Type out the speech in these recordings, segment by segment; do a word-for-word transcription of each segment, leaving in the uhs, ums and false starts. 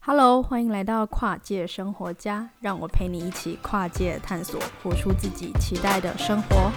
Hello， 欢迎来到跨界生活家，让我陪你一起跨界探索，活出自己期待的生活。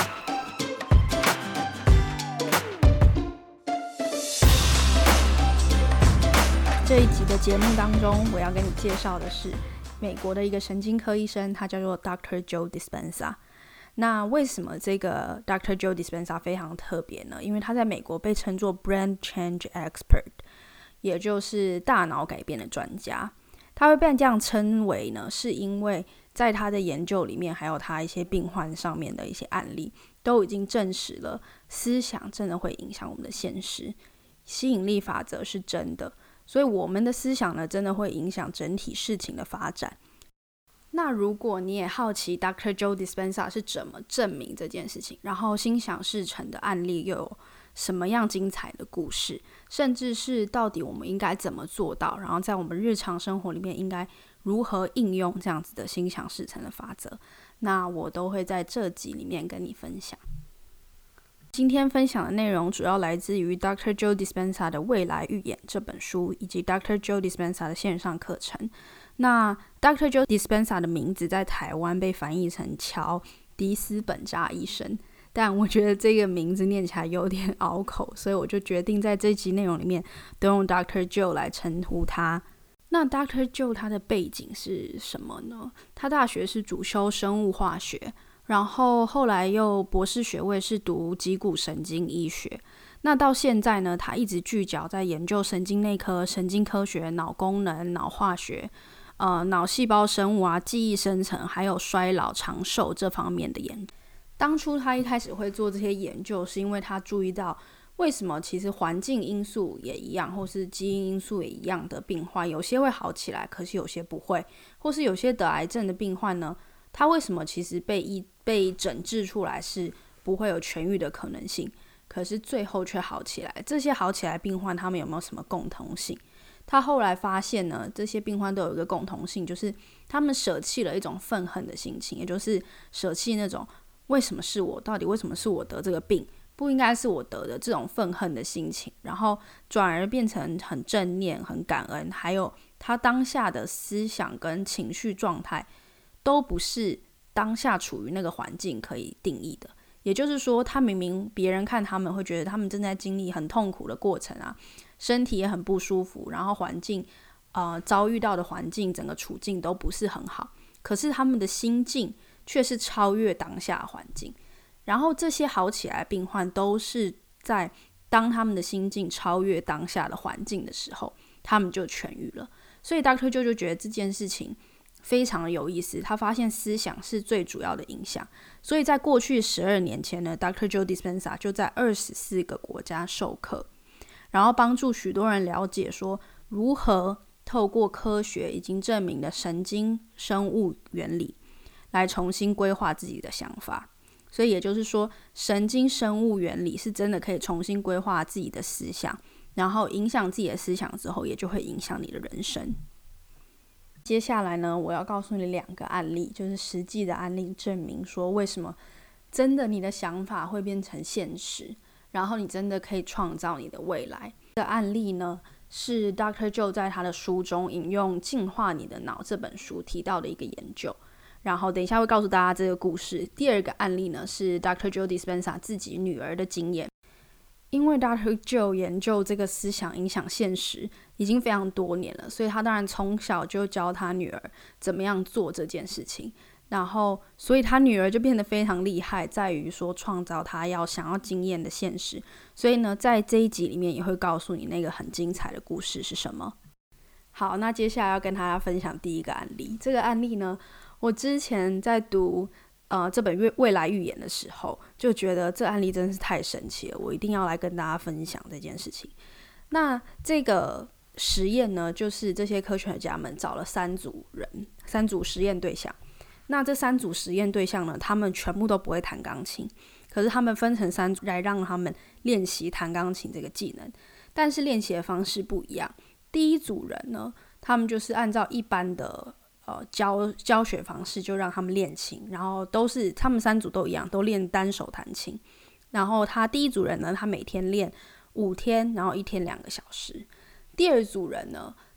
这一集的节目当中，我要跟你介绍的是美国的一个神经科医生，他叫做 Doctor Joe Dispenza。那为什么这个 Doctor Joe Dispenza 非常特别呢？因为他在美国被称作 Brain Change Expert， 也就是大脑改变的专家。他会被这样称为呢，是因为在他的研究里面，还有他一些病患上面的一些案例，都已经证实了思想真的会影响我们的现实，吸引力法则是真的，所以我们的思想呢，真的会影响整体事情的发展。那如果你也好奇 Doctor Joe Dispenza 是怎么证明这件事情，然后心想事成的案例又有什么样精彩的故事，甚至是到底我们应该怎么做到，然后在我们日常生活里面应该如何应用这样子的心想事成的法则，那我都会在这集里面跟你分享。今天分享的内容主要来自于 Doctor Joe Dispenza 的未来预言这本书，以及 Doctor Joe Dispenza 的线上课程。那 Doctor Joe Dispenza 的名字在台湾被翻译成乔迪斯本扎医生，但我觉得这个名字念起来有点拗口，所以我就决定在这集内容里面都用 Doctor Joe 来称呼他。那 Doctor Joe 他的背景是什么呢？他大学是主修生物化学，然后后来又博士学位是读脊骨神经医学。那到现在呢，他一直聚焦在研究神经内科、神经科学、脑功能、脑化学、呃、脑细胞生物啊、记忆生成，还有衰老长寿这方面的研究。当初他一开始会做这些研究，是因为他注意到为什么其实环境因素也一样，或是基因因素也一样的病患，有些会好起来，可是有些不会，或是有些得癌症的病患呢，他为什么其实被医被诊治出来是不会有痊愈的可能性，可是最后却好起来？这些好起来病患他们有没有什么共同性？他后来发现呢，这些病患都有一个共同性，就是他们舍弃了一种愤恨的心情，也就是舍弃那种为什么是我，到底为什么是我得这个病，不应该是我得的这种愤恨的心情，然后转而变成很正念、很感恩，还有他当下的思想跟情绪状态都不是当下处于那个环境可以定义的。也就是说，他明明别人看他们会觉得他们正在经历很痛苦的过程啊，身体也很不舒服，然后环境呃遭遇到的环境整个处境都不是很好，可是他们的心境却是超越当下的环境。然后这些好起来的病患都是在当他们的心境超越当下的环境的时候，他们就痊愈了。所以 Doctor Joe 就觉得这件事情非常的有意思，他发现思想是最主要的影响。所以在过去十二年前呢， Doctor Joe Dispenza 就在二十四个国家授课，然后帮助许多人了解说如何透过科学已经证明的神经生物原理来重新规划自己的想法。所以也就是说，神经生物原理是真的可以重新规划自己的思想，然后影响自己的思想之后，也就会影响你的人生。接下来呢，我要告诉你两个案例，就是实际的案例，证明说为什么真的你的想法会变成现实，然后你真的可以创造你的未来。这个案例呢，是 Doctor Joe 在他的书中引用《进化你的脑》这本书提到的一个研究，然后等一下会告诉大家这个故事。第二个案例呢，是 Doctor Joe Dispenza 自己女儿的经验。因为 Doctor Joe 研究这个思想影响现实已经非常多年了，所以他当然从小就教他女儿怎么样做这件事情，然后所以他女儿就变得非常厉害，在于说创造他要想要经验的现实。所以呢，在这一集里面也会告诉你那个很精彩的故事是什么。好，那接下来要跟大家分享第一个案例。这个案例呢，我之前在读呃，这本未来预言的时候，就觉得这案例真是太神奇了，我一定要来跟大家分享这件事情。那这个实验呢，就是这些科学家们找了三组人，三组实验对象。那这三组实验对象呢，他们全部都不会弹钢琴，可是他们分成三组来让他们练习弹钢琴这个技能，但是练习的方式不一样。第一组人呢，他们就是按照一般的呃教教学方式，就让他们练琴，然后都是他们三组都一样，都练单手弹琴。然后他第一组人呢，他每天练五天，然后一天两个小时。第二组人呢，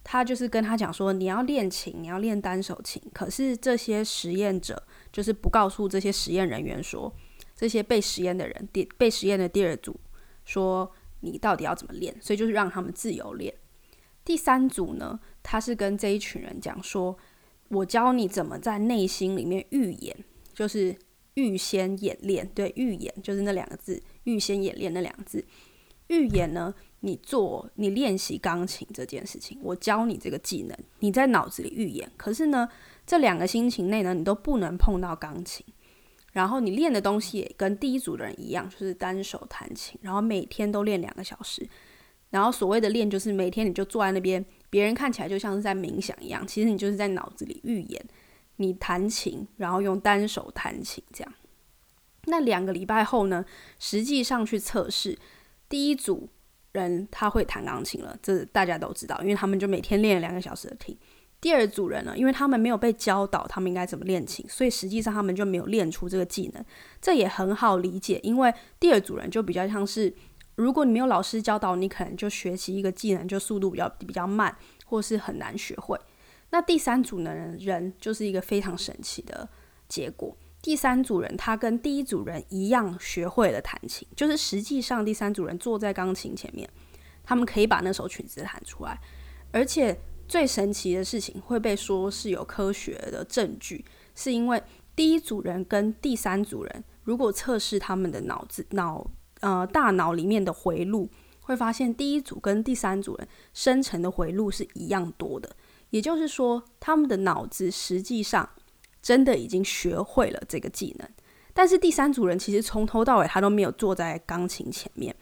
他就是跟他讲说，你要练琴，你要练单手琴。可是这些实验者就是不告诉这些实验人员说，这些被实验的人，被实验的第二组说你到底要怎么练，所以就是让他们自由练。第三组呢，他是跟这一群人讲说，我教你怎么在内心里面预演，就是预先演练。对，预演就是那两个字，预先演练那两个字。预演呢，你做你练习钢琴这件事情，我教你这个技能，你在脑子里预演。可是呢，这两个星期内呢，你都不能碰到钢琴。然后你练的东西也跟第一组的人一样，就是单手弹琴，然后每天都练两个小时。然后所谓的练，就是每天你就坐在那边，别人看起来就像是在冥想一样，其实你就是在脑子里预演你弹琴，然后用单手弹琴这样。那两个礼拜后呢，实际上去测试，第一组人他会弹钢琴了，这大家都知道，因为他们就每天练了两个小时的琴。第二组人呢，因为他们没有被教导他们应该怎么练琴，所以实际上他们就没有练出这个技能。这也很好理解，因为第二组人就比较像是，如果你没有老师教导，你可能就学习一个技能就速度比较比较慢，或是很难学会。那第三组的人就是一个非常神奇的结果。第三组人他跟第一组人一样学会了弹琴，就是实际上第三组人坐在钢琴前面，他们可以把那首曲子弹出来。而且最神奇的事情会被说是有科学的证据，是因为第一组人跟第三组人如果测试他们的脑子脑呃大脑里面的回路，会发现第一组跟第三组人生成的回路是一样多的。也就是说，他们的脑子实际上真的已经学会了这个技能，但是第三组人其实从头到尾他都没有坐在钢琴前面。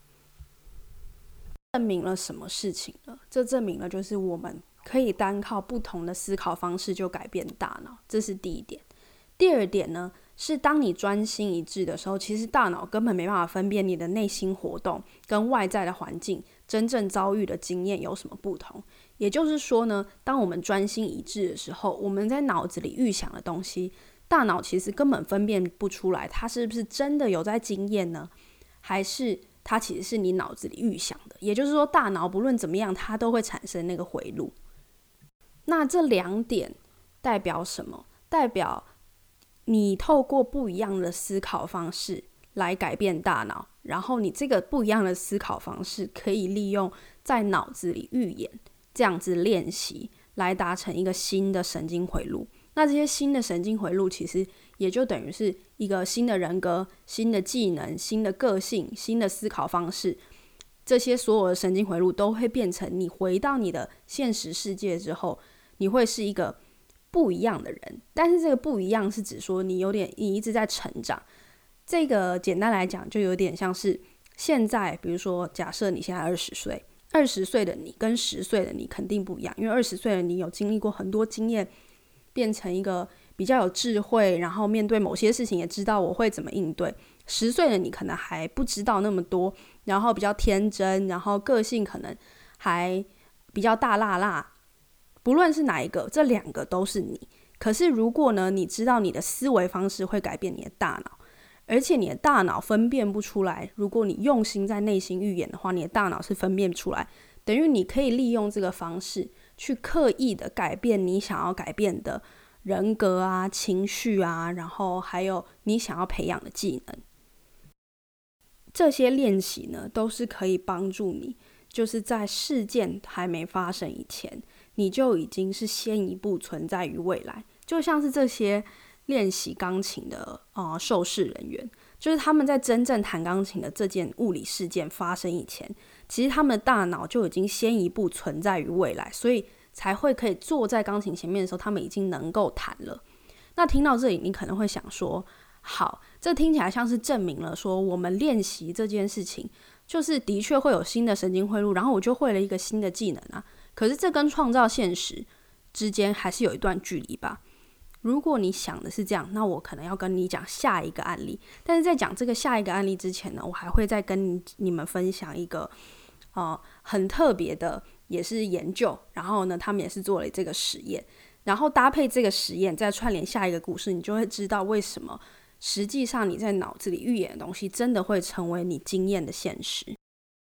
证明了什么事情呢？这证明了就是我们可以单靠不同的思考方式就改变大脑，这是第一点。第二点呢，是当你专心一致的时候，其实大脑根本没办法分辨你的内心活动跟外在的环境真正遭遇的经验有什么不同。也就是说呢，当我们专心一致的时候，我们在脑子里预想的东西，大脑其实根本分辨不出来它是不是真的有在经验呢，还是它其实是你脑子里预想的。也就是说，大脑不论怎么样，它都会产生那个回路。那这两点代表什么？代表你透过不一样的思考方式来改变大脑，然后你这个不一样的思考方式可以利用在脑子里预演这样子练习来达成一个新的神经回路。那这些新的神经回路其实也就等于是一个新的人格、新的技能、新的个性、新的思考方式。这些所有的神经回路都会变成你回到你的现实世界之后，你会是一个不一样的人。但是这个不一样是指说你有点你一直在成长。这个简单来讲就有点像是现在，比如说假设你现在二十岁，二十岁的你跟十岁的你肯定不一样，因为二十岁的你有经历过很多经验，变成一个比较有智慧，然后面对某些事情也知道我会怎么应对。十岁的你可能还不知道那么多，然后比较天真，然后个性可能还比较大辣辣。不论是哪一个，这两个都是你。可是如果呢，你知道你的思维方式会改变你的大脑，而且你的大脑分辨不出来，如果你用心在内心预演的话，你的大脑是分辨不出来，等于你可以利用这个方式去刻意的改变你想要改变的人格啊、情绪啊，然后还有你想要培养的技能。这些练习呢，都是可以帮助你，就是在事件还没发生以前，你就已经是先一步存在于未来。就像是这些练习钢琴的呃受试人员，就是他们在真正弹钢琴的这件物理事件发生以前，其实他们的大脑就已经先一步存在于未来，所以才会可以坐在钢琴前面的时候，他们已经能够弹了。那听到这里，你可能会想说，好，这听起来像是证明了说我们练习这件事情就是的确会有新的神经回路，然后我就会了一个新的技能啊。可是这跟创造现实之间还是有一段距离吧。如果你想的是这样，那我可能要跟你讲下一个案例。但是在讲这个下一个案例之前呢，我还会再跟你们分享一个呃很特别的也是研究，然后呢他们也是做了这个实验，然后搭配这个实验再串联下一个故事，你就会知道为什么实际上你在脑子里预演的东西真的会成为你经验的现实。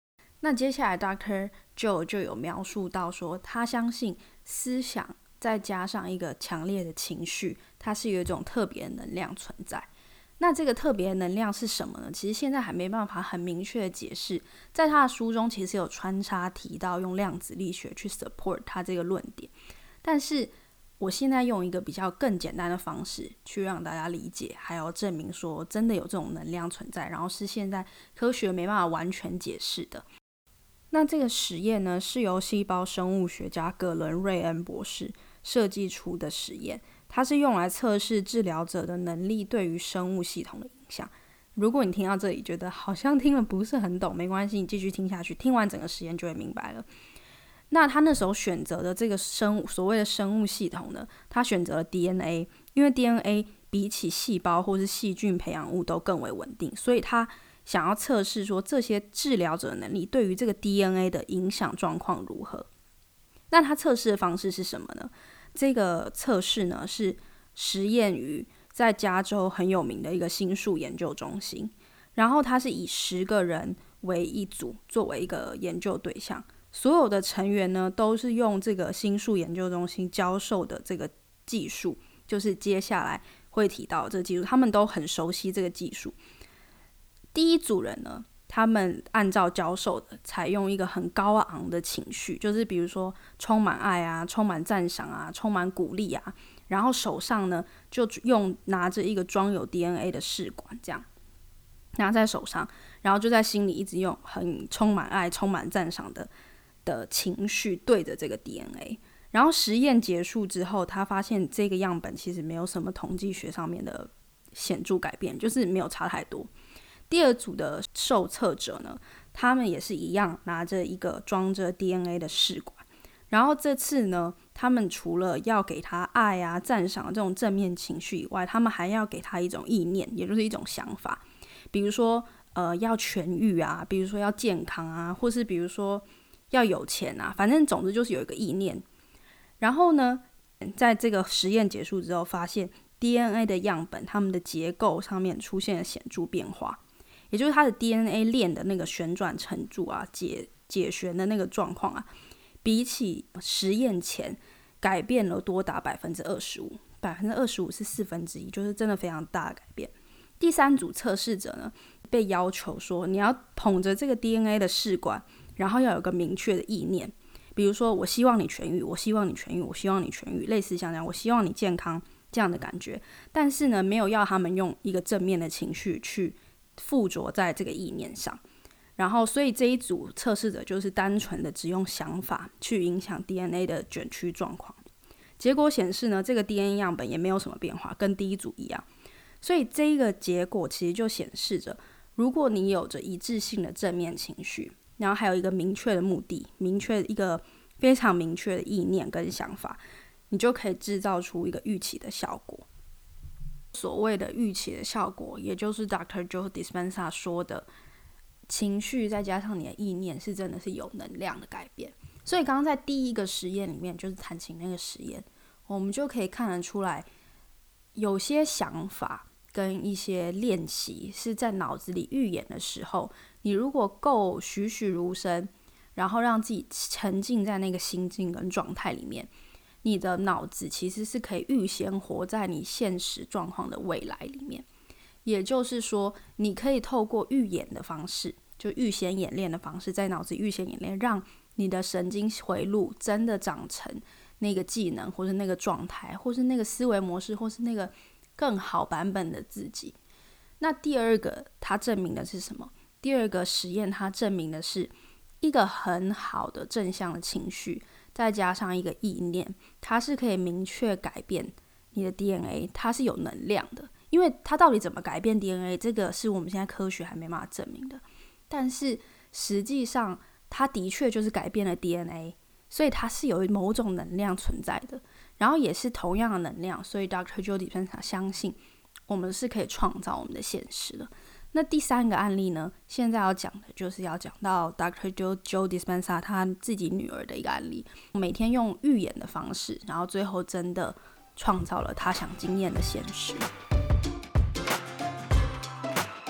那接下来 Doctor Joe 就有描述到说，他相信思想再加上一个强烈的情绪，它是有一种特别的能量存在。那这个特别的能量是什么呢？其实现在还没办法很明确的解释。在他的书中其实有穿插提到用量子力学去 support 他这个论点，但是我现在用一个比较更简单的方式去让大家理解，还有证明说真的有这种能量存在，然后是现在科学没办法完全解释的。那这个实验呢，是由细胞生物学家葛伦·瑞恩博士设计出的实验，它是用来测试治疗者的能力对于生物系统的影响。如果你听到这里觉得好像听了不是很懂，没关系，你继续听下去，听完整个实验就会明白了。那他那时候选择的这个生物所谓的生物系统呢，他选择了 D N A， 因为 D N A 比起细胞或是细菌培养物都更为稳定，所以他想要测试说这些治疗者的能力对于这个 D N A 的影响状况如何。那他测试的方式是什么呢？这个测试呢是实验于在加州很有名的一个心术研究中心，然后他是以十个人为一组作为一个研究对象，所有的成员呢都是用这个心术研究中心教授的这个技术，就是接下来会提到的这个技术，他们都很熟悉这个技术。第一组人呢，他们按照教授的采用一个很高昂的情绪，就是比如说充满爱啊，充满赞赏啊，充满鼓励啊，然后手上呢就用拿着一个装有 D N A 的试管，这样拿在手上，然后就在心里一直用很充满爱充满赞赏的的情绪对着这个 D N A。 然后实验结束之后，他发现这个样本其实没有什么统计学上面的显著改变，就是没有差太多。第二组的受测者呢，他们也是一样拿着一个装着 D N A 的试管，然后这次呢，他们除了要给他爱啊赞赏这种正面情绪以外，他们还要给他一种意念，也就是一种想法，比如说呃要痊愈啊，比如说要健康啊，或是比如说要有钱啊，反正总之就是有一个意念。然后呢，在这个实验结束之后，发现 D N A 的样本它们的结构上面出现了显著变化，也就是它的 D N A 链的那个旋转程度啊，解解旋的那个状况啊，比起实验前改变了多达百分之二十五，百分之二十五是四分之一，就是真的非常大的改变。第三组测试者呢，被要求说你要捧着这个 D N A 的试管，然后要有个明确的意念，比如说我希望你痊愈，我希望你痊愈，我希望你痊愈，类似像这样，我希望你健康这样的感觉。但是呢，没有要他们用一个正面的情绪去附着在这个意念上。然后所以这一组测试者就是单纯的只用想法去影响 D N A 的卷曲状况。结果显示呢，这个 D N A 样本也没有什么变化，跟第一组一样。所以这个结果其实就显示着，如果你有着一致性的正面情绪，然后还有一个明确的目的，明确一个非常明确的意念跟想法，你就可以制造出一个预期的效果。所谓的预期的效果，也就是 Doctor Joe Dispenza 说的情绪再加上你的意念是真的是有能量的改变。所以刚刚在第一个实验里面，就是弹琴那个实验，我们就可以看得出来，有些想法跟一些练习是在脑子里预演的时候，你如果够栩栩如生，然后让自己沉浸在那个心境跟状态里面，你的脑子其实是可以预先活在你现实状况的未来里面。也就是说，你可以透过预演的方式，就预先演练的方式，在脑子预先演练，让你的神经回路真的长成那个技能，或是那个状态，或是那个思维模式，或是那个更好版本的自己。那第二个它证明的是什么？第二个实验它证明的是一个很好的正向的情绪，再加上一个意念，它是可以明确改变你的 D N A， 它是有能量的。因为它到底怎么改变 D N A， 这个是我们现在科学还没办法证明的，但是实际上它的确就是改变了 D N A， 所以它是有某种能量存在的，然后也是同样的能量，所以 Doctor Joe Dispenza 相信我们是可以创造我们的现实的。那第三个案例呢，现在要讲的就是要讲到 Doctor Joe, Joe Dispenza 他自己女儿的一个案例，每天用预演的方式，然后最后真的创造了他想经验的现实。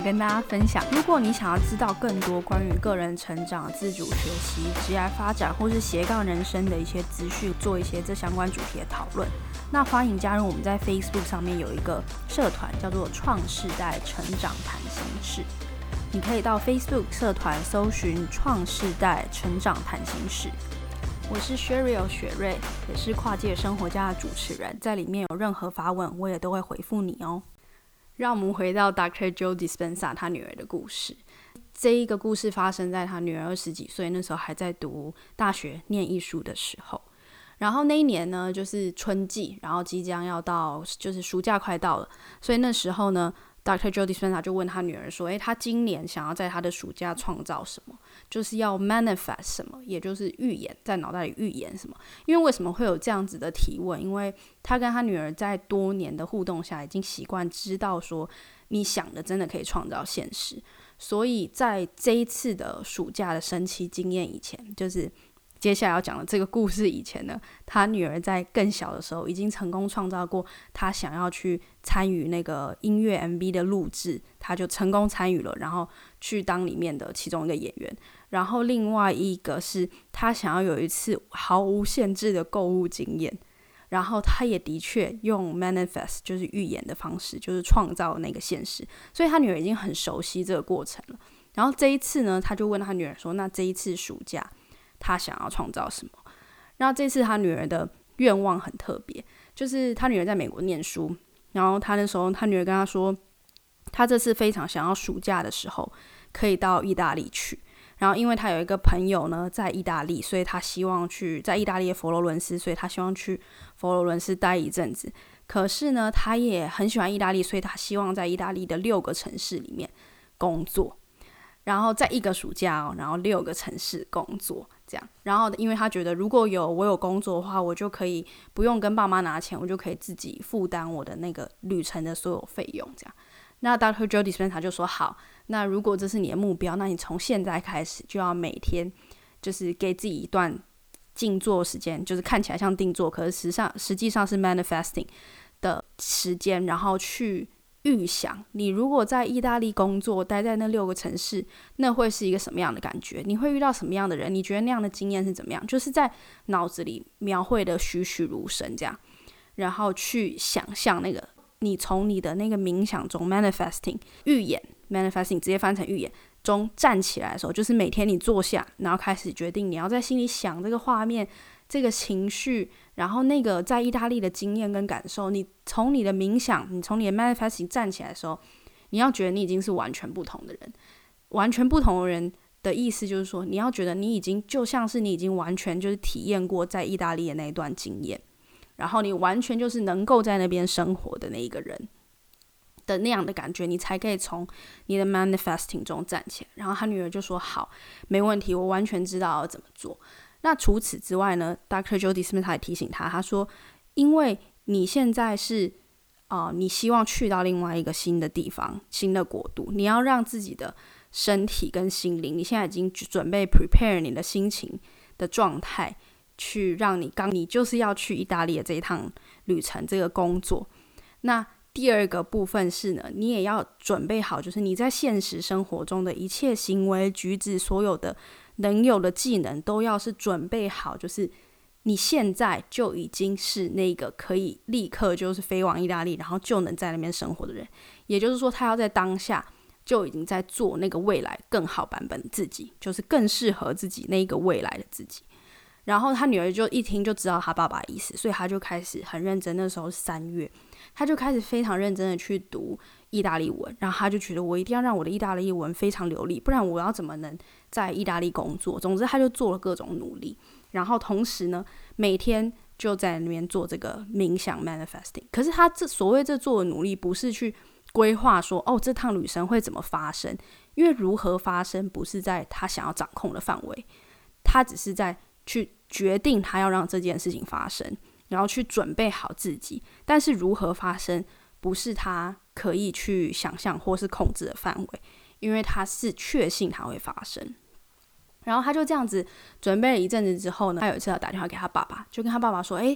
跟大家分享。如果你想要知道更多关于个人成长、自主学习、职业发展或是斜杠人生的一些资讯，做一些这相关主题的讨论，那欢迎加入我们在 Facebook 上面有一个社团，叫做创世代成长谈心室。你可以到 Facebook 社团搜寻创世代成长谈心室。我是 Sheryl 雪瑞，也是跨界生活家的主持人，在里面有任何发问我也都会回复你哦。让我们回到 Doctor Joe Dispenza 他女儿的故事。这一个故事发生在他女儿二十几岁，那时候还在读大学念艺术的时候。然后那一年呢，就是春季，然后即将要到，就是暑假快到了，所以那时候呢Doctor Joe Dispenza 就问他女儿说，诶，他今年想要在他的暑假创造什么？就是要 manifest 什么，也就是预言，在脑袋里预言什么。因为为什么会有这样子的提问？因为他跟他女儿在多年的互动下，已经习惯知道说，你想的真的可以创造现实。所以在这一次的暑假的神奇经验以前，就是接下来要讲的这个故事以前呢，他女儿在更小的时候已经成功创造过他想要去参与那个音乐 M V 的录制，他就成功参与了，然后去当里面的其中一个演员。然后另外一个是他想要有一次毫无限制的购物经验，然后他也的确用 manifest 就是预言的方式，就是创造那个现实，所以他女儿已经很熟悉这个过程了。然后这一次呢，他就问他女儿说，那这一次暑假他想要创造什么？然后这次他女儿的愿望很特别，就是他女儿在美国念书，然后他那时候他女儿跟他说，他这次非常想要暑假的时候可以到意大利去，然后因为他有一个朋友呢在意大利，所以他希望去在意大利的佛罗伦斯，所以他希望去佛罗伦斯待一阵子。可是呢，他也很喜欢意大利，所以他希望在意大利的六个城市里面工作。然后在一个暑假哦，然后六个城市工作这样。然后因为他觉得如果有我有工作的话，我就可以不用跟爸妈拿钱，我就可以自己负担我的那个旅程的所有费用这样。那 Doctor Joe Dispenza 就说好，那如果这是你的目标，那你从现在开始就要每天就是给自己一段静坐时间，就是看起来像定坐，可是实际上实际上是 manifesting 的时间，然后去预想你如果在意大利工作，待在那六个城市，那会是一个什么样的感觉？你会遇到什么样的人？你觉得那样的经验是怎么样？就是在脑子里描绘的栩栩如生这样，然后去想象那个你从你的那个冥想中 manifesting 预言 manifesting 直接翻成预言中站起来的时候，就是每天你坐下，然后开始决定你要在心里想这个画面，这个情绪，然后那个在意大利的经验跟感受，你从你的冥想，你从你的 manifesting 站起来的时候，你要觉得你已经是完全不同的人。完全不同的人的意思就是说，你要觉得你已经就像是你已经完全就是体验过在意大利的那一段经验，然后你完全就是能够在那边生活的那一个人的那样的感觉，你才可以从你的 manifesting 中站起来。然后他女儿就说好，没问题，我完全知道要怎么做。那除此之外呢 Doctor Joe Dispenza 也提醒他，他说因为你现在是、呃、你希望去到另外一个新的地方，新的国度，你要让自己的身体跟心灵，你现在已经准备 prepare 你的心情的状态，去让你刚你就是要去意大利的这一趟旅程，这个工作。那第二个部分是呢，你也要准备好，就是你在现实生活中的一切行为举止，所有的能有的技能都要是准备好，就是你现在就已经是那个可以立刻就是飞往意大利，然后就能在那边生活的人。也就是说，他要在当下就已经在做那个未来更好版本的自己，就是更适合自己那个未来的自己。然后他女儿就一听就知道他爸爸的意思，所以他就开始很认真，那时候是三月，他就开始非常认真的去读意大利文，然后他就觉得我一定要让我的意大利文非常流利，不然我要怎么能在意大利工作。总之他就做了各种努力，然后同时呢每天就在那边做这个冥想 manifesting。 可是他这所谓这做的努力不是去规划说哦这趟旅程会怎么发生，因为如何发生不是在他想要掌控的范围，他只是在去决定他要让这件事情发生，然后去准备好自己。但是如何发生不是他可以去想象或是控制的范围，因为他是确信它会发生。然后他就这样子准备了一阵子之后呢，他有一次要打电话给他爸爸，就跟他爸爸说诶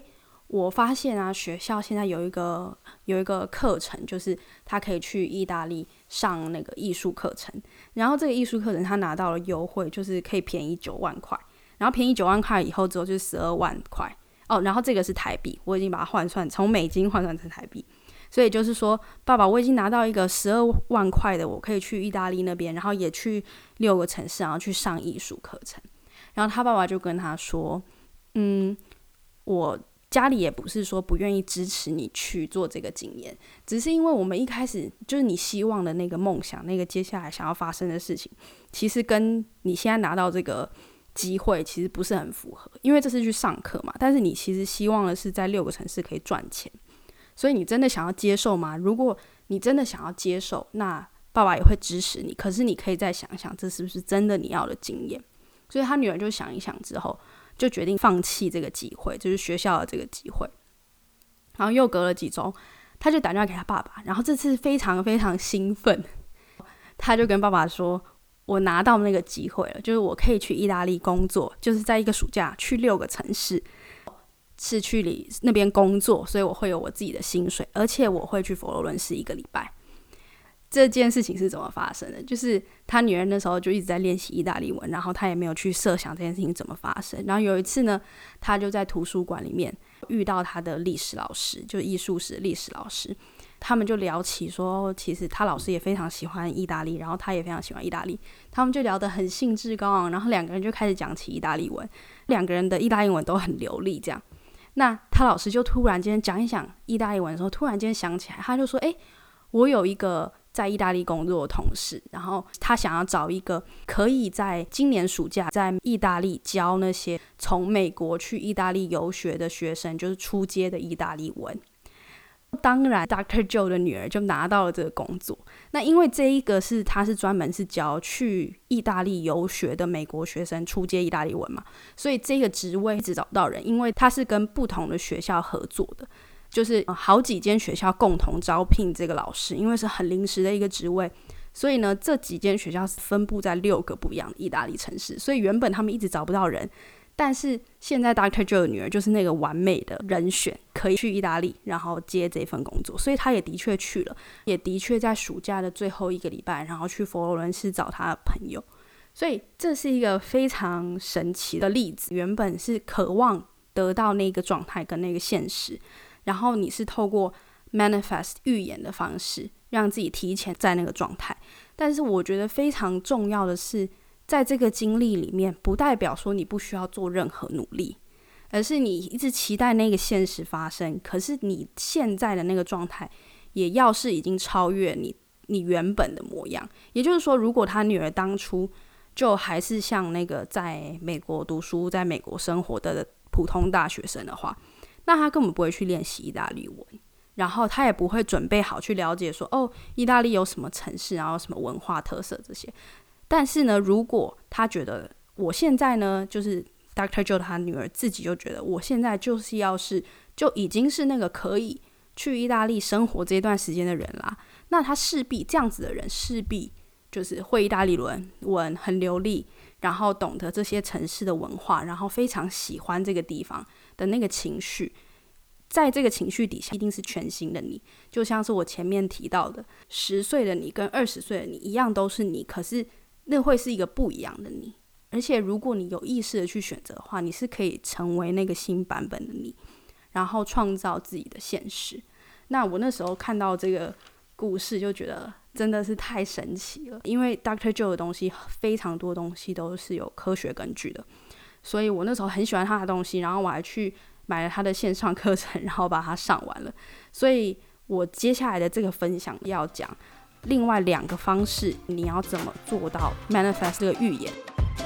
我发现啊，学校现在有一个有一个课程，就是他可以去意大利上那个艺术课程，然后这个艺术课程他拿到了优惠，就是可以便宜九万块，然后便宜九万块以后之后就是十二万块哦，然后这个是台币，我已经把它换算从美金换算成台币，所以就是说，爸爸，我已经拿到一个十二万块的，我可以去意大利那边，然后也去六个城市，然后去上艺术课程。然后他爸爸就跟他说，嗯，我家里也不是说不愿意支持你去做这个经验，只是因为我们一开始就是你希望的那个梦想，那个接下来想要发生的事情，其实跟你现在拿到这个机会其实不是很符合，因为这是去上课嘛，但是你其实希望的是在六个城市可以赚钱，所以你真的想要接受吗？如果你真的想要接受，那爸爸也会支持你，可是你可以再想想这是不是真的你要的经验。所以他女儿就想一想之后就决定放弃这个机会，就是学校的这个机会。然后又隔了几周，他就打电话给他爸爸，然后这次非常非常兴奋，他就跟爸爸说，我拿到那个机会了，就是我可以去意大利工作，就是在一个暑假去六个城市，是去里那边工作，所以我会有我自己的薪水，而且我会去佛罗伦斯一个礼拜。这件事情是怎么发生的？就是他女儿那时候就一直在练习意大利文，然后他也没有去设想这件事情怎么发生。然后有一次呢，他就在图书馆里面遇到他的历史老师，就是艺术史的历史老师，他们就聊起说，其实他老师也非常喜欢意大利，然后他也非常喜欢意大利，他们就聊得很兴致高昂，然后两个人就开始讲起意大利文，两个人的意大利文都很流利这样。那他老师就突然间讲一讲意大利文的时候，突然间想起来，他就说，诶，我有一个在意大利工作的同事，然后他想要找一个可以在今年暑假在意大利教那些从美国去意大利游学的学生，就是初阶的意大利文。当然 Doctor Joe 的女儿就拿到了这个工作，那因为这一个是他是专门是教去意大利游学的美国学生初阶意大利文嘛，所以这个职位一直找不到人，因为他是跟不同的学校合作的，就是好几间学校共同招聘这个老师，因为是很临时的一个职位，所以呢这几间学校是分布在六个不一样的意大利城市，所以原本他们一直找不到人，但是现在 Doctor Joe 的女儿就是那个完美的人选，可以去意大利然后接这份工作，所以她也的确去了，也的确在暑假的最后一个礼拜然后去佛罗伦斯找她的朋友，所以这是一个非常神奇的例子。原本是渴望得到那个状态跟那个现实，然后你是透过 manifest 预言的方式让自己提前在那个状态，但是我觉得非常重要的是，在这个经历里面不代表说你不需要做任何努力，而是你一直期待那个现实发生，可是你现在的那个状态也要是已经超越你你原本的模样。也就是说，如果他女儿当初就还是像那个在美国读书在美国生活的普通大学生的话，那他根本不会去练习意大利文，然后他也不会准备好去了解说，哦，意大利有什么城市，然后什么文化特色这些。但是呢，如果他觉得我现在呢，就是 Doctor Joe 他女儿自己就觉得我现在就是要是就已经是那个可以去意大利生活这段时间的人啦，那他势必这样子的人势必就是会意大利文文很流利，然后懂得这些城市的文化，然后非常喜欢这个地方的那个情绪，在这个情绪底下一定是全新的你，就像是我前面提到的，十岁的你跟二十岁的你一样都是你，可是那会是一个不一样的你，而且如果你有意识的去选择的话，你是可以成为那个新版本的你，然后创造自己的现实。那我那时候看到这个故事就觉得真的是太神奇了，因为 Doctor Joe 的东西非常多东西都是有科学根据的，所以我那时候很喜欢他的东西，然后我还去买了他的线上课程，然后把它上完了。所以我接下来的这个分享要讲另外两个方式，你要怎么做到 manifest 这个预言。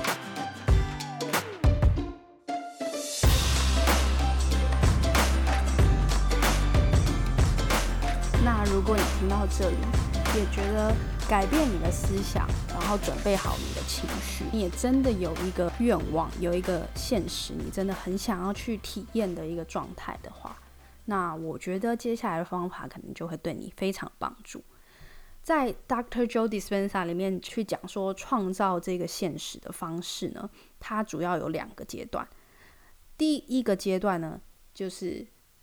那如果你听到这里也觉得改变你的思想，然后准备好你的情绪，你也真的有一个愿望，有一个现实你真的很想要去体验的一个状态的话，那我觉得接下来的方法可能就会对你非常帮助。在 Doctor Joe Dispenza 里面去讲说创造这个现实的方式呢，它主要有两个阶段。第一个阶段呢，就是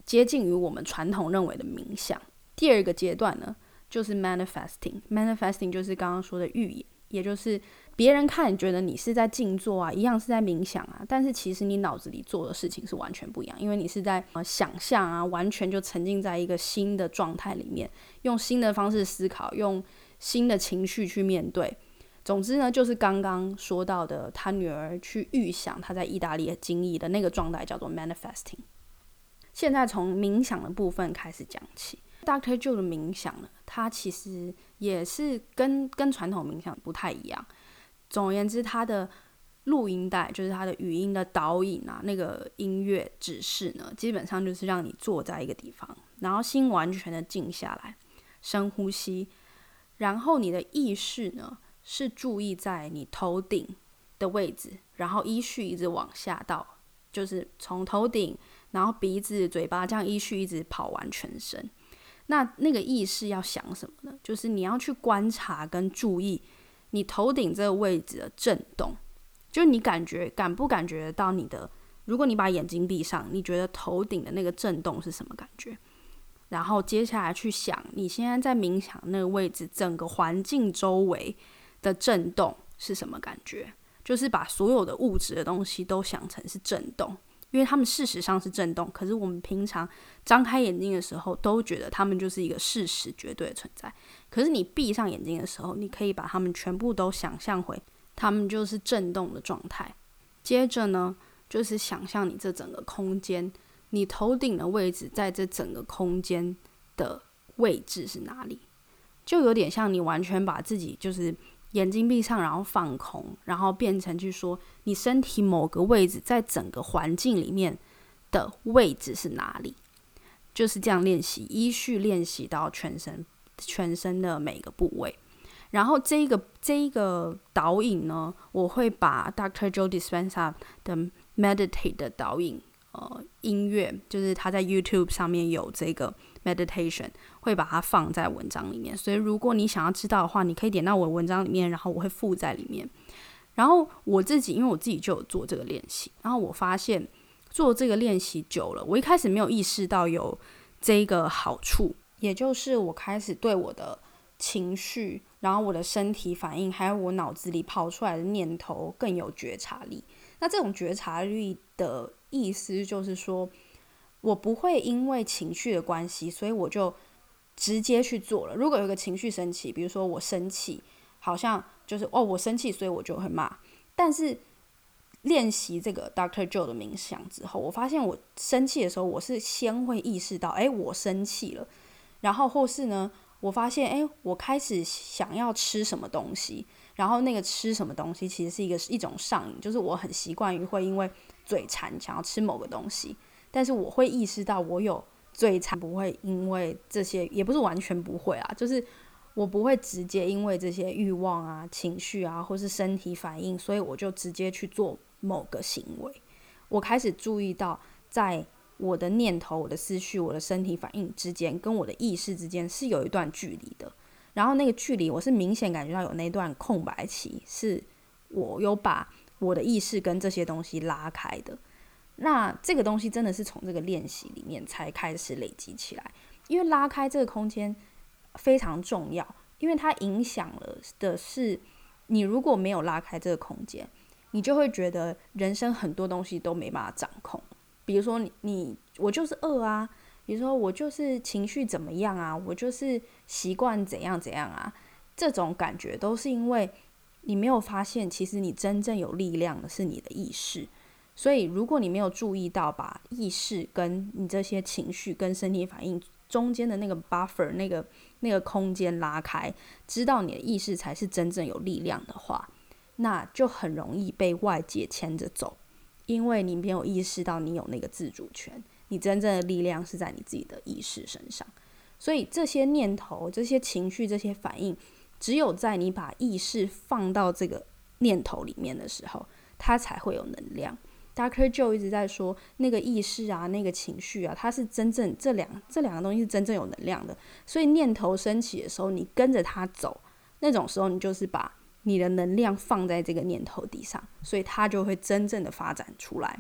接近于我们传统认为的冥想。第二个阶段呢，就是 manifesting。 manifesting 就是刚刚说的预言，也就是别人看觉得你是在静坐啊，一样是在冥想啊，但是其实你脑子里做的事情是完全不一样，因为你是在、呃、想象啊，完全就沉浸在一个新的状态里面，用新的方式思考，用新的情绪去面对。总之呢，就是刚刚说到的他女儿去预想他在意大利经历的那个状态叫做 manifesting。 现在从冥想的部分开始讲起。 doctor Joe 的冥想呢，它其实也是跟跟传统冥想不太一样。总而言之，他的录音带就是他的语音的导引啊，那个音乐指示呢，基本上就是让你坐在一个地方，然后心完全的静下来，深呼吸，然后你的意识呢是注意在你头顶的位置，然后依序一直往下到，就是从头顶，然后鼻子、嘴巴这样依序一直跑完全身。那那个意识要想什么呢？就是你要去观察跟注意你头顶这个位置的震动，就你感觉感不感觉到你的，如果你把眼睛闭上，你觉得头顶的那个震动是什么感觉？然后接下来去想你现在在冥想那个位置整个环境周围的震动是什么感觉，就是把所有的物质的东西都想成是震动，因为他们事实上是震动，可是我们平常张开眼睛的时候都觉得他们就是一个事实绝对的存在，可是你闭上眼睛的时候，你可以把他们全部都想象回他们就是震动的状态。接着呢，就是想象你这整个空间，你头顶的位置在这整个空间的位置是哪里，就有点像你完全把自己就是眼睛闭上，然后放空，然后变成去说你身体某个位置在整个环境里面的位置是哪里，就是这样练习，依序练习到全身全身的每个部位。然后这个这个导引呢，我会把 doctor Joe Dispenza 的 meditate 的导引呃音乐，就是他在 YouTube 上面有这个 meditation， 会把它放在文章里面，所以如果你想要知道的话，你可以点到我的文章里面，然后我会附在里面。然后我自己因为我自己就有做这个练习，然后我发现做这个练习久了，我一开始没有意识到有这个好处，也就是我开始对我的情绪，然后我的身体反应，还有我脑子里跑出来的念头更有觉察力。那这种觉察力的意思就是说，我不会因为情绪的关系，所以我就直接去做了。如果有一个情绪升起，比如说我生气，好像就是哦，我生气，所以我就会骂。但是练习这个 doctor Joe 的冥想之后，我发现我生气的时候，我是先会意识到，哎，我生气了，然后或是呢，我发现，哎，我开始想要吃什么东西，然后那个吃什么东西其实是一个一种上瘾，就是我很习惯于会因为嘴馋想要吃某个东西，但是我会意识到我有嘴馋，不会因为这些，也不是完全不会啊，就是我不会直接因为这些欲望啊、情绪啊，或是身体反应，所以我就直接去做某个行为。我开始注意到，在我的念头、我的思绪、我的身体反应之间，跟我的意识之间是有一段距离的。然后那个距离，我是明显感觉到有那段空白期，是我有把我的意识跟这些东西拉开的。那这个东西真的是从这个练习里面才开始累积起来，因为拉开这个空间非常重要，因为它影响了的是你如果没有拉开这个空间，你就会觉得人生很多东西都没办法掌控。比如说 你, 你我就是饿啊，比如说我就是情绪怎么样啊，我就是习惯怎样怎样啊，这种感觉都是因为你没有发现，其实你真正有力量的是你的意识。所以如果你没有注意到把意识跟你这些情绪跟身体反应中间的那个 buffer 那个那个空间拉开，知道你的意识才是真正有力量的话，那就很容易被外界牵着走，因为你没有意识到你有那个自主权，你真正的力量是在你自己的意识身上。所以这些念头、这些情绪、这些反应，只有在你把意识放到这个念头里面的时候，它才会有能量。doctor Joe 一直在说，那个意识啊，那个情绪啊，它是真正这两这两个东西是真正有能量的。所以念头升起的时候，你跟着它走，那种时候你就是把你的能量放在这个念头地上，所以它就会真正的发展出来。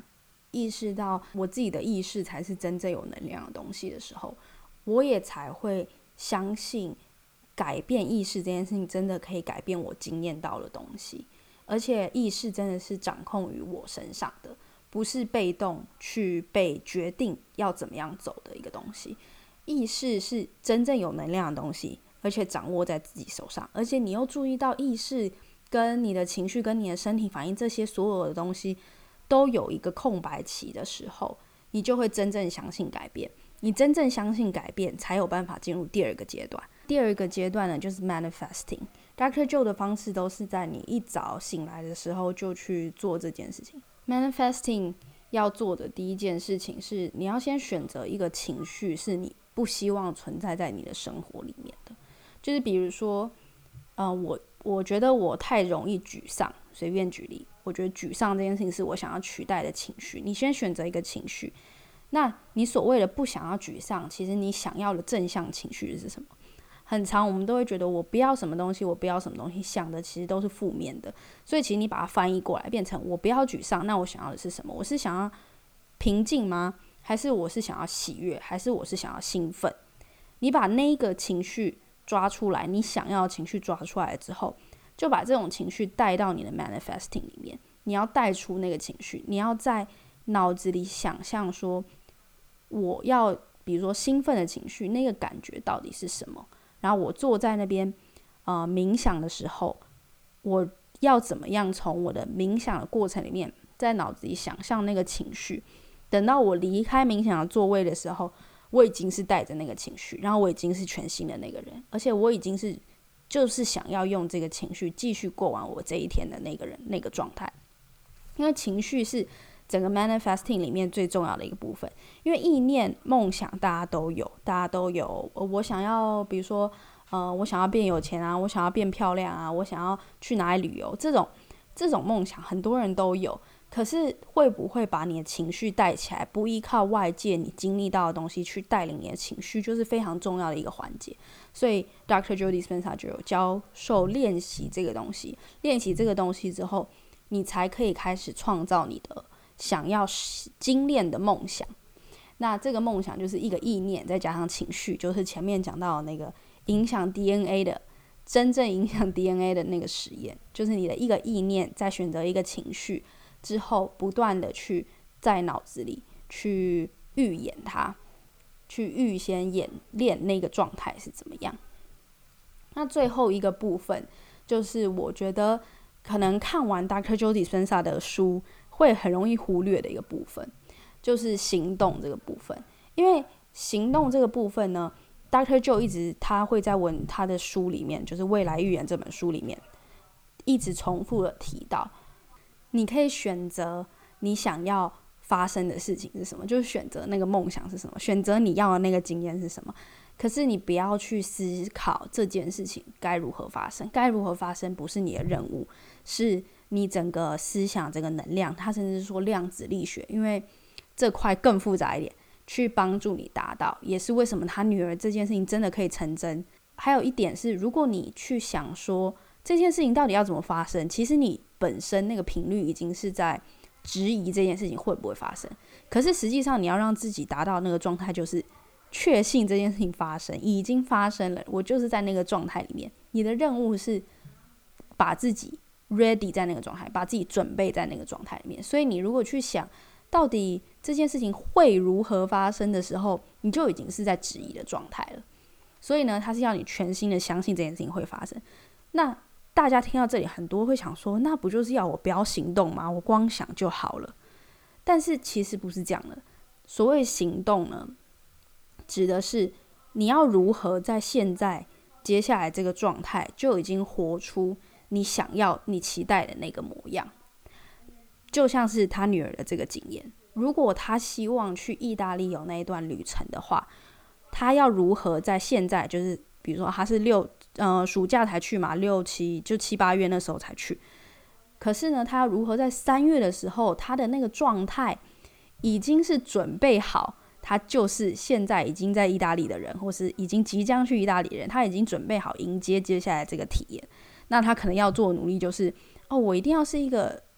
意识到我自己的意识才是真正有能量的东西的时候，我也才会相信改变意识这件事情真的可以改变我经验到的东西，而且意识真的是掌控于我身上的，不是被动去被决定要怎么样走的一个东西。意识是真正有能量的东西，而且掌握在自己手上，而且你又注意到意识跟你的情绪跟你的身体反应这些所有的东西都有一个空白期的时候，你就会真正相信改变。你真正相信改变，才有办法进入第二个阶段。第二个阶段呢，就是 manifesting。 doctor Joe 的方式都是在你一早醒来的时候就去做这件事情。 manifesting 要做的第一件事情是，你要先选择一个情绪是你不希望存在在你的生活里面的。就是比如说呃，我我觉得我太容易沮丧，随便举例，我觉得沮丧这件事情是我想要取代的情绪。你先选择一个情绪，那你所谓的不想要沮丧，其实你想要的正向情绪是什么？很常我们都会觉得我不要什么东西，我不要什么东西，想的其实都是负面的。所以其实你把它翻译过来变成我不要沮丧，那我想要的是什么？我是想要平静吗？还是我是想要喜悦？还是我是想要兴奋？你把那个情绪抓出来，你想要的情绪抓出来之后，就把这种情绪带到你的 manifesting 里面。你要带出那个情绪，你要在脑子里想象说，我要比如说兴奋的情绪，那个感觉到底是什么？然后我坐在那边呃冥想的时候，我要怎么样从我的冥想的过程里面，在脑子里想象那个情绪。等到我离开冥想的座位的时候，我已经是带着那个情绪，然后我已经是全新的那个人，而且我已经是就是想要用这个情绪继续过完我这一天的那个人那个状态。因为情绪是整个 manifesting 里面最重要的一个部分。因为意念梦想大家都有，大家都有我想要比如说呃，我想要变有钱啊，我想要变漂亮啊，我想要去哪里旅游，这种这种梦想很多人都有。可是会不会把你的情绪带起来，不依靠外界你经历到的东西去带领你的情绪，就是非常重要的一个环节。所以 doctor Joe Dispenza 就有教授练习这个东西，练习这个东西之后，你才可以开始创造你的想要精炼的梦想。那这个梦想就是一个意念再加上情绪，就是前面讲到的那个影响 D N A 的真正影响 D N A 的那个实验，就是你的一个意念再选择一个情绪之后，不断的去在脑子里去预演它，去预先演练那个状态是怎么样。那最后一个部分就是我觉得可能看完 doctor Joe Dispenza 的书会很容易忽略的一个部分，就是行动这个部分。因为行动这个部分呢， doctor Joe 一直他会在文他的书里面，就是未来预言这本书里面一直重复的提到，你可以选择你想要发生的事情是什么，就是选择那个梦想是什么，选择你要的那个经验是什么。可是你不要去思考这件事情该如何发生，该如何发生不是你的任务，是你整个思想这个能量，它甚至是说量子力学，因为这块更复杂一点，去帮助你达到，也是为什么他女儿这件事情真的可以成真。还有一点是，如果你去想说这件事情到底要怎么发生，其实你本身那个频率已经是在质疑这件事情会不会发生。可是实际上你要让自己达到那个状态，就是确信这件事情发生，已经发生了，我就是在那个状态里面。你的任务是把自己 ready 在那个状态，把自己准备在那个状态里面。所以你如果去想到底这件事情会如何发生的时候，你就已经是在质疑的状态了。所以呢，他是要你全心的相信这件事情会发生。那大家听到这里，很多会想说，那不就是要我不要行动吗？我光想就好了。但是其实不是这样的。所谓行动呢，指的是你要如何在现在接下来这个状态就已经活出你想要你期待的那个模样。就像是他女儿的这个经验，如果他希望去意大利有那一段旅程的话，他要如何在现在，就是比如说他是六呃暑假才去嘛，六七就七八月那时候才去，可是呢，他要如何在三月的时候，他的那个状态已经是准备好，他就是现在已经在意大利的人，或是已经即将去意大利的人，他已经准备好迎接接下来这个体验。那他可能要做的努力就是，哦，我一定要是一个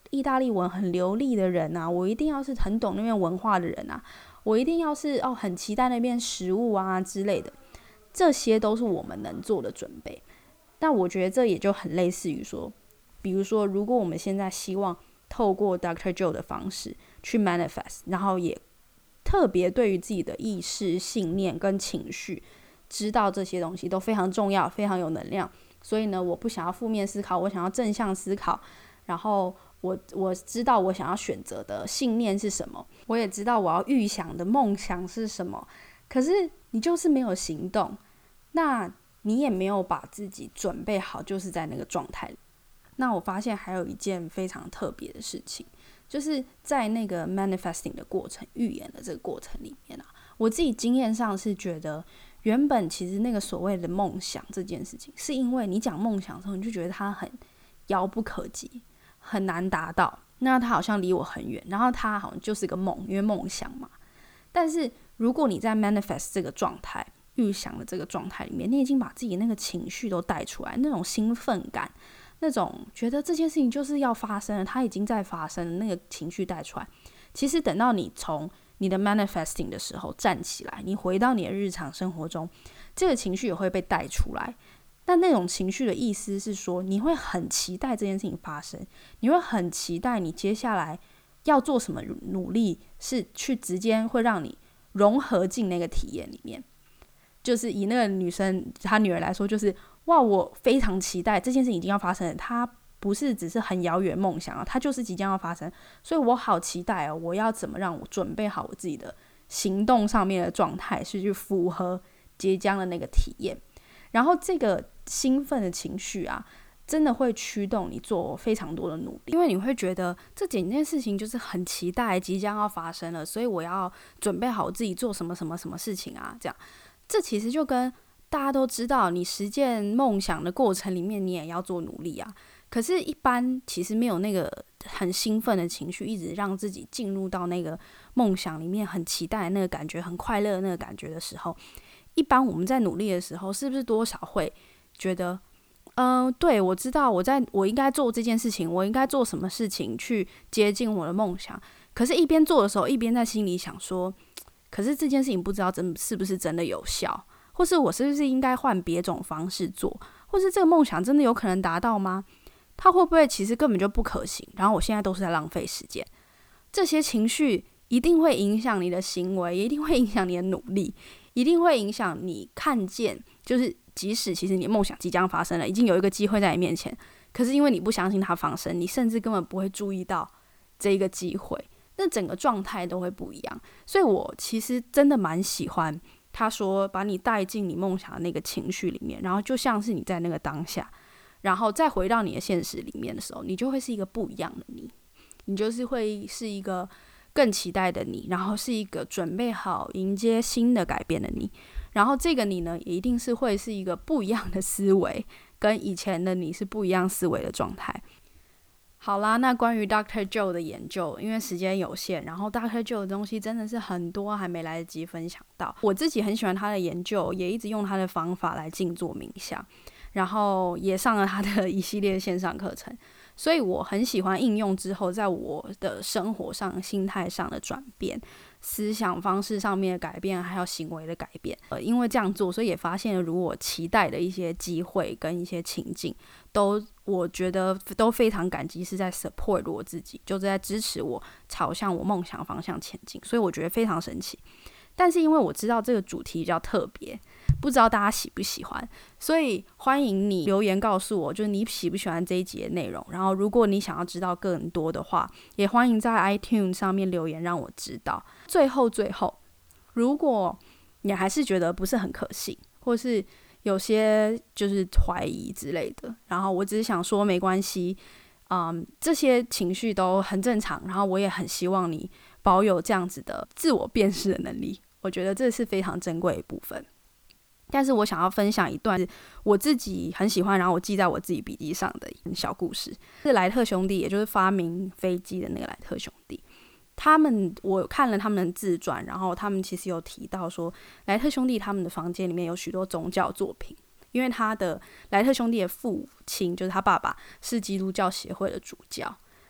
意大利文很流利的人啊，我一定要是很懂那边文化的人啊，我一定要是哦很期待那边食物啊之类的，这些都是我们能做的准备。但我觉得这也就很类似于说，比如说如果我们现在希望透过 Doctor Joe 的方式去 manifest， 然后也特别对于自己的意识、信念跟情绪知道这些东西都非常重要，非常有能量，所以呢我不想要负面思考，我想要正向思考，然后我我知道我想要选择的信念是什么，我也知道我要预想的梦想是什么，可是你就是没有行动，那你也没有把自己准备好，就是在那个状态里。那我发现还有一件非常特别的事情，就是在那个 manifesting 的过程，预言的这个过程里面啊，我自己经验上是觉得，原本其实那个所谓的梦想这件事情，是因为你讲梦想的时候，你就觉得它很遥不可及，很难达到，那它好像离我很远，然后它好像就是个梦，因为梦想嘛。但是如果你在 manifest 这个状态，预想的这个状态里面，你已经把自己那个情绪都带出来，那种兴奋感，那种觉得这件事情就是要发生了，它已经在发生了，那个情绪带出来，其实等到你从你的 manifesting 的时候站起来，你回到你的日常生活中，这个情绪也会被带出来。但那种情绪的意思是说，你会很期待这件事情发生，你会很期待你接下来要做什么努力，是去直接会让你融合进那个体验里面。就是以那个女生她女儿来说，就是哇，我非常期待这件事情已经要发生了，它不是只是很遥远梦想啊，它就是即将要发生，所以我好期待哦，我要怎么让我准备好我自己的行动上面的状态，是去符合即将的那个体验。然后这个兴奋的情绪啊，真的会驱动你做非常多的努力，因为你会觉得这整件事情就是很期待即将要发生了，所以我要准备好自己做什么什么什么事情啊，这样。这其实就跟大家都知道，你实践梦想的过程里面，你也要做努力啊。可是，一般其实没有那个很兴奋的情绪，一直让自己进入到那个梦想里面，很期待的那个感觉，很快乐的那个感觉的时候，一般我们在努力的时候，是不是多少会觉得，嗯、呃，对，我知道我在我应该做这件事情，我应该做什么事情去接近我的梦想。可是，一边做的时候，一边在心里想说，可是这件事情不知道真是不是真的有效，或是我是不是应该换别种方式做，或是这个梦想真的有可能达到吗？它会不会其实根本就不可行？然后我现在都是在浪费时间。这些情绪一定会影响你的行为，一定会影响你的努力，一定会影响你看见，就是即使其实你的梦想即将发生了，已经有一个机会在你面前，可是因为你不相信它发生，你甚至根本不会注意到这一个机会，那整个状态都会不一样。所以我其实真的蛮喜欢他说把你带进你梦想的那个情绪里面，然后就像是你在那个当下，然后再回到你的现实里面的时候，你就会是一个不一样的你，你就是会是一个更期待的你，然后是一个准备好迎接新的改变的你，然后这个你呢也一定是会是一个不一样的思维，跟以前的你是不一样思维的状态。好啦，那关于 Doctor Joe 的研究，因为时间有限，然后 Doctor Joe 的东西真的是很多，还没来得及分享到。我自己很喜欢他的研究，也一直用他的方法来静坐冥想，然后也上了他的一系列线上课程，所以我很喜欢应用之后在我的生活上、心态上的转变、思想方式上面的改变，还有行为的改变。呃，因为这样做，所以也发现了如我期待的一些机会跟一些情境，都我觉得都非常感激，是在 support 我自己，就是在支持我朝向我梦想方向前进，所以我觉得非常神奇。但是因为我知道这个主题比较特别，不知道大家喜不喜欢，所以欢迎你留言告诉我，就是你喜不喜欢这一集的内容。然后如果你想要知道更多的话，也欢迎在 iTunes 上面留言让我知道。最后最后，如果你还是觉得不是很可信，或是有些就是怀疑之类的，然后我只是想说没关系，嗯，这些情绪都很正常，然后我也很希望你保有这样子的自我辨识的能力，我觉得这是非常珍贵的一部分。但是我想要分享一段我自己很喜欢，然后我记在我自己笔记上的小故事，是莱特兄弟，也就是发明飞机的那个莱特兄弟。他们我看了他们的自传，然后他们其实有提到说，莱特兄弟他们的房间里面有许多宗教作品，因为他的莱特兄弟的父亲就是他爸爸是基督教协会的主教，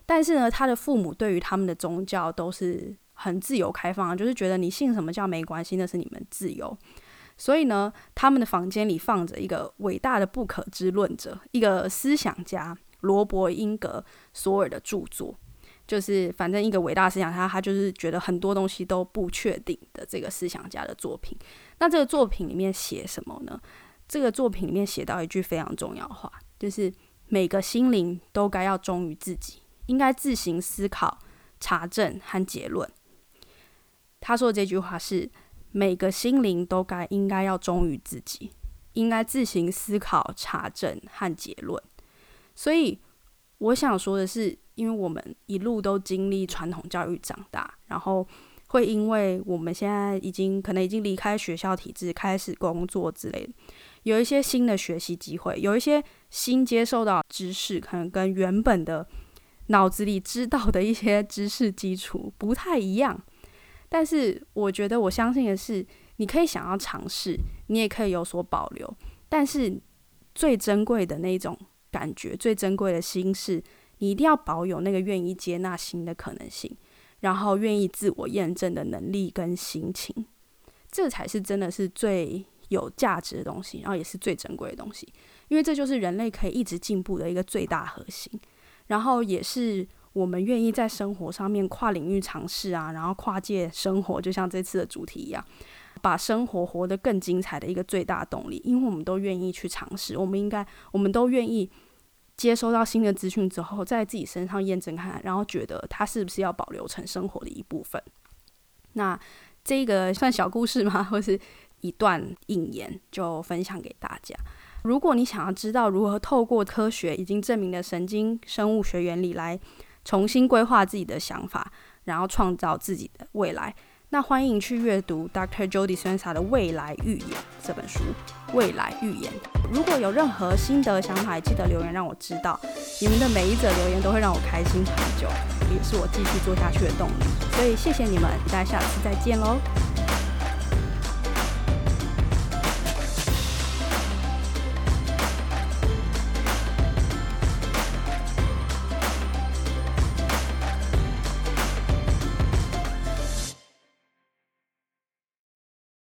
但是呢，他的父母对于他们的宗教都是很自由开放，就是觉得你信什么教没关系，那是你们自由。所以呢，他们的房间里放着一个伟大的不可知论者，一个思想家罗伯·英格索尔的著作，就是反正一个伟大的思想家，他就是觉得很多东西都不确定的这个思想家的作品。那这个作品里面写什么呢？这个作品里面写到一句非常重要的话，就是每个心灵都该要忠于自己，应该自行思考、查证和结论。他说的这句话是每个心灵都该应该要忠于自己，应该自行思考、查证和结论。所以我想说的是，因为我们一路都经历传统教育长大，然后会因为我们现在已经可能已经离开学校体制，开始工作之类的，有一些新的学习机会，有一些新接受到知识，可能跟原本的脑子里知道的一些知识基础不太一样。但是我觉得我相信的是，你可以想要尝试，你也可以有所保留，但是最珍贵的那种感觉，最珍贵的心是你一定要保有那个愿意接纳新的可能性，然后愿意自我验证的能力跟心情，这才是真的是最有价值的东西，然后也是最珍贵的东西，因为这就是人类可以一直进步的一个最大核心，然后也是我们愿意在生活上面跨领域尝试啊，然后跨界生活，就像这次的主题一样，把生活活得更精彩的一个最大动力。因为我们都愿意去尝试，我们应该我们都愿意接收到新的资讯之后，在自己身上验证看看，然后觉得它是不是要保留成生活的一部分。那这个算小故事吗？或是一段引言，就分享给大家。如果你想要知道如何透过科学已经证明的神经生物学原理来重新规划自己的想法，然后创造自己的未来，那欢迎去阅读 Doctor Joe Dispenza 的《未来预言》这本书。未来预言，如果有任何心得想法，记得留言让我知道。你们的每一则留言都会让我开心很久，也是我继续做下去的动力。所以谢谢你们，期待下次再见喽。